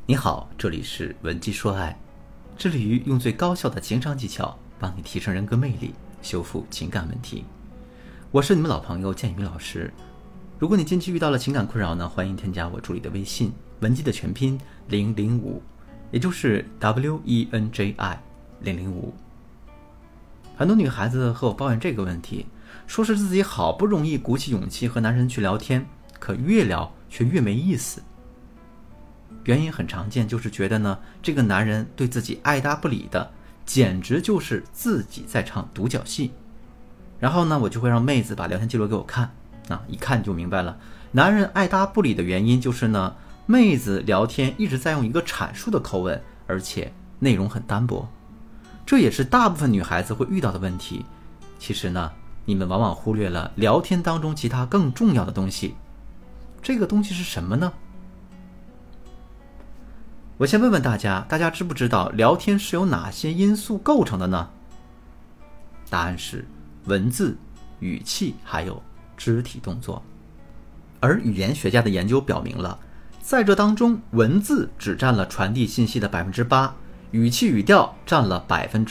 你好，这里是文姬说爱，致力于用最高效的情商技巧帮你提升人格魅力，修复情感问题。我是你们老朋友建宇老师。如果你近期遇到了情感困扰呢，欢迎添加我助理的微信文姬的全拼005，也就是 WENJI 005。很多女孩子和我抱怨这个问题，说是自己好不容易鼓起勇气和男人去聊天，可越聊却越没意思。原因很常见，就是觉得呢，这个男人对自己爱答不理的，简直就是自己在唱独角戏。然后呢，我就会让妹子把聊天记录给我看，一看就明白了，男人爱答不理的原因就是呢，妹子聊天一直在用一个阐述的口吻，而且内容很单薄。这也是大部分女孩子会遇到的问题。其实呢，你们往往忽略了聊天当中其他更重要的东西。这个东西是什么呢？我先问问大家知不知道聊天是由哪些因素构成的呢？答案是文字、语气还有肢体动作。而语言学家的研究表明了，在这当中，文字只占了传递信息的 8%， 语气语调占了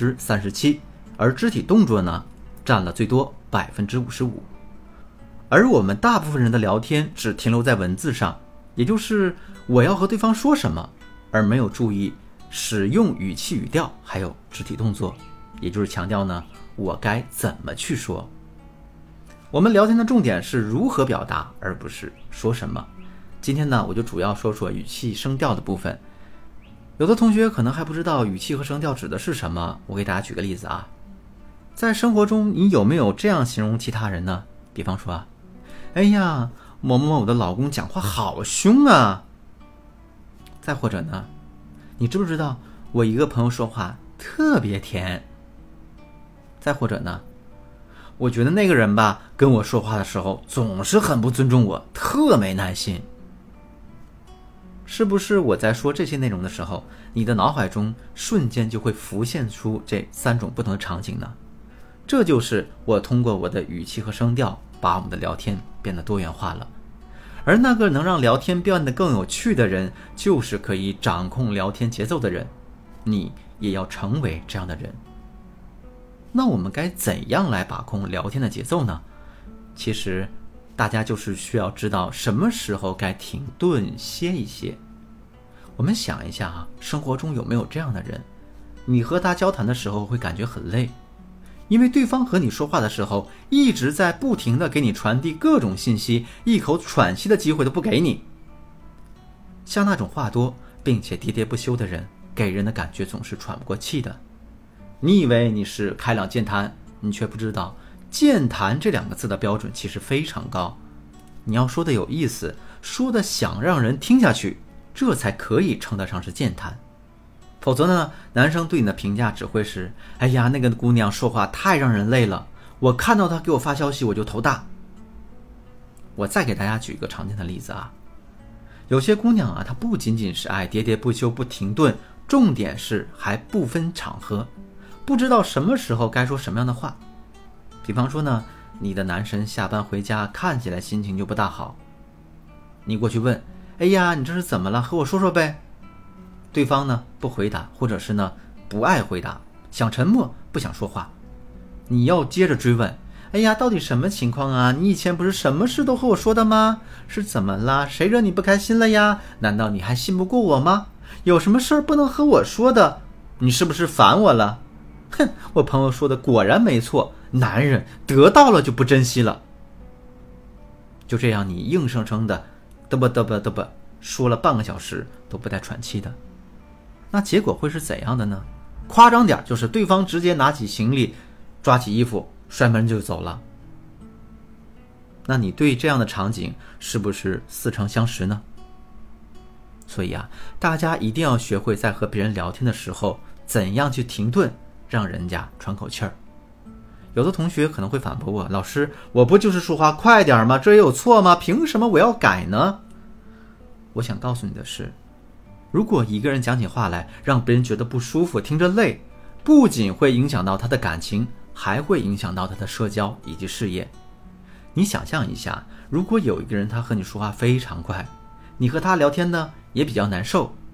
37%， 而肢体动作呢，占了最多 55%。 而我们大部分人的聊天只停留在文字上，也就是我要和对方说什么，而没有注意使用语气语调还有肢体动作，也就是强调呢，我该怎么去说。我们聊天的重点是如何表达，而不是说什么。今天呢，我就主要说说语气声调的部分。有的同学可能还不知道语气和声调指的是什么，我给大家举个例子啊。在生活中，你有没有这样形容其他人呢？比方说哎呀，某某某的老公讲话好凶啊。再或者呢，你知不知道我一个朋友说话特别甜。再或者呢，我觉得那个人吧，跟我说话的时候总是很不尊重我，特没耐心。是不是我在说这些内容的时候，你的脑海中瞬间就会浮现出这3种不同的场景呢？这就是我通过我的语气和声调，把我们的聊天变得多元化了。而那个能让聊天变得更有趣的人，就是可以掌控聊天节奏的人。你也要成为这样的人。那我们该怎样来把控聊天的节奏呢？其实大家就是需要知道什么时候该停顿歇一歇。我们想一下生活中有没有这样的人，你和他交谈的时候会感觉很累，因为对方和你说话的时候一直在不停地给你传递各种信息，一口喘息的机会都不给你。像那种话多并且喋喋不休的人，给人的感觉总是喘不过气的。你以为你是开朗健谈，你却不知道健谈这2个字的标准其实非常高。你要说的有意思，说的想让人听下去，这才可以称得上是健谈。否则呢，男生对你的评价只会是，哎呀，那个姑娘说话太让人累了，我看到她给我发消息我就头大。我再给大家举一个常见的例子有些姑娘她不仅仅是爱喋喋不休不停顿，重点是还不分场合，不知道什么时候该说什么样的话。比方说呢，你的男神下班回家看起来心情就不大好，你过去问，哎呀，你这是怎么了，和我说说呗。对方呢不回答，或者是呢不爱回答，想沉默不想说话。你要接着追问，哎呀，到底什么情况啊？你以前不是什么事都和我说的吗？是怎么啦？谁惹你不开心了呀？难道你还信不过我吗？有什么事儿不能和我说的？你是不是烦我了？哼，我朋友说的果然没错，男人得到了就不珍惜了。就这样，你硬生生的嘚啵说了半个小时都不带喘气的。那结果会是怎样的呢？夸张点就是对方直接拿起行李，抓起衣服摔门就走了。那你对这样的场景是不是似曾相识呢？所以大家一定要学会在和别人聊天的时候怎样去停顿，让人家喘口气儿。有的同学可能会反驳我，老师，我不就是说话快点吗？这也有错吗？凭什么我要改呢？我想告诉你的是，如果一个人讲起话来让别人觉得不舒服，听着累，不仅会影响到他的感情，还会影响到他的社交以及事业。你想象一下，如果有一个人他和你说话非常快，你和他聊天呢也比较难受，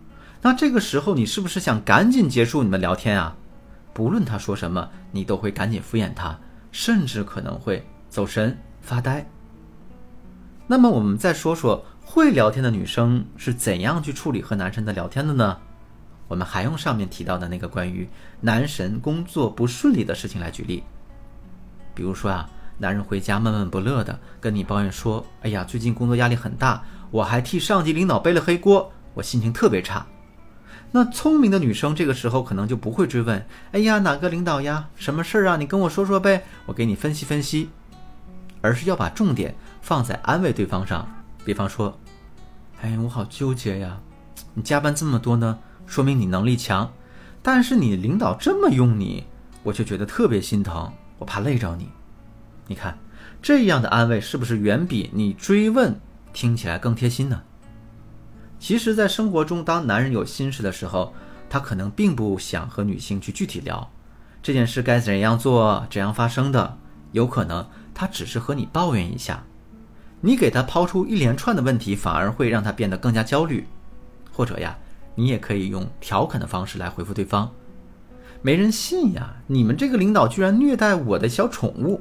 那这个时候你是不是想赶紧结束你们聊天啊？不论他说什么，你都会赶紧敷衍他，甚至可能会走神发呆。那么我们再说说会聊天的女生是怎样去处理和男神的聊天的呢？我们还用上面提到的那个关于男神工作不顺利的事情来举例。比如说啊，男人回家闷闷不乐的跟你抱怨说，哎呀，最近工作压力很大，我还替上级领导背了黑锅，我心情特别差。那聪明的女生这个时候可能就不会追问，哎呀，哪个领导呀，什么事啊，你跟我说说呗，我给你分析分析，而是要把重点放在安慰对方上。比方说，哎，我好纠结呀，你加班这么多呢，说明你能力强，但是你领导这么用你，我却觉得特别心疼，我怕累着你。你看，这样的安慰是不是远比你追问听起来更贴心呢？其实在生活中，当男人有心事的时候，他可能并不想和女性去具体聊这件事该怎样做，怎样发生的，有可能他只是和你抱怨一下。你给他抛出一连串的问题，反而会让他变得更加焦虑。或者呀，你也可以用调侃的方式来回复对方，没人信呀，你们这个领导居然虐待我的小宠物。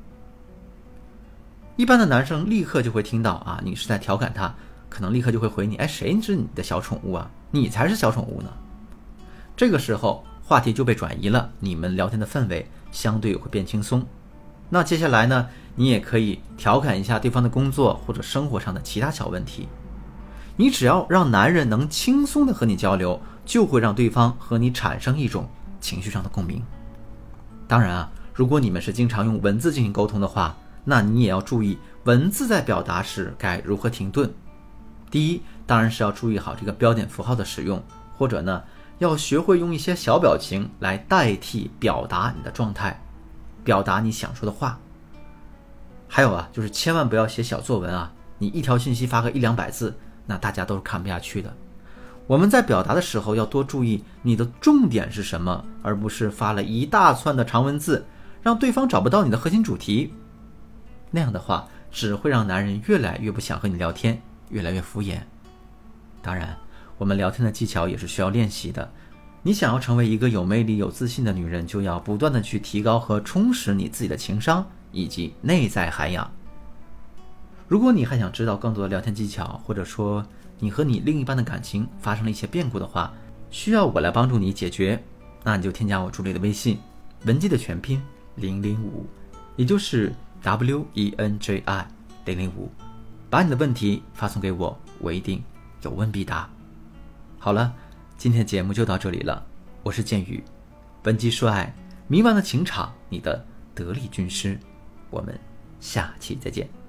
一般的男生立刻就会听到啊，你是在调侃他，可能立刻就会回你，哎，谁是你的小宠物啊？你才是小宠物呢。这个时候话题就被转移了，你们聊天的氛围相对会变轻松。那接下来呢，你也可以调侃一下对方的工作或者生活上的其他小问题。你只要让男人能轻松的和你交流，就会让对方和你产生一种情绪上的共鸣。当然啊，如果你们是经常用文字进行沟通的话，那你也要注意文字在表达时该如何停顿。第一，当然是要注意好这个标点符号的使用，或者呢，要学会用一些小表情来代替表达你的状态，表达你想说的话。还有啊，就是千万不要写小作文啊，你一条信息发个100-200字，那大家都是看不下去的。我们在表达的时候要多注意你的重点是什么，而不是发了一大串的长文字，让对方找不到你的核心主题。那样的话，只会让男人越来越不想和你聊天，越来越敷衍。当然，我们聊天的技巧也是需要练习的。你想要成为一个有魅力、有自信的女人，就要不断的去提高和充实你自己的情商以及内在涵养。如果你还想知道更多的聊天技巧，或者说你和你另一半的感情发生了一些变故的话，需要我来帮助你解决，那你就添加我助理的微信，文姬的全拼005，也就是WENJI005，把你的问题发送给我，我一定有问必答。好了，今天的节目就到这里了，我是建宇，文姬说爱，迷茫的情场，你的得力军师，我们下期再见。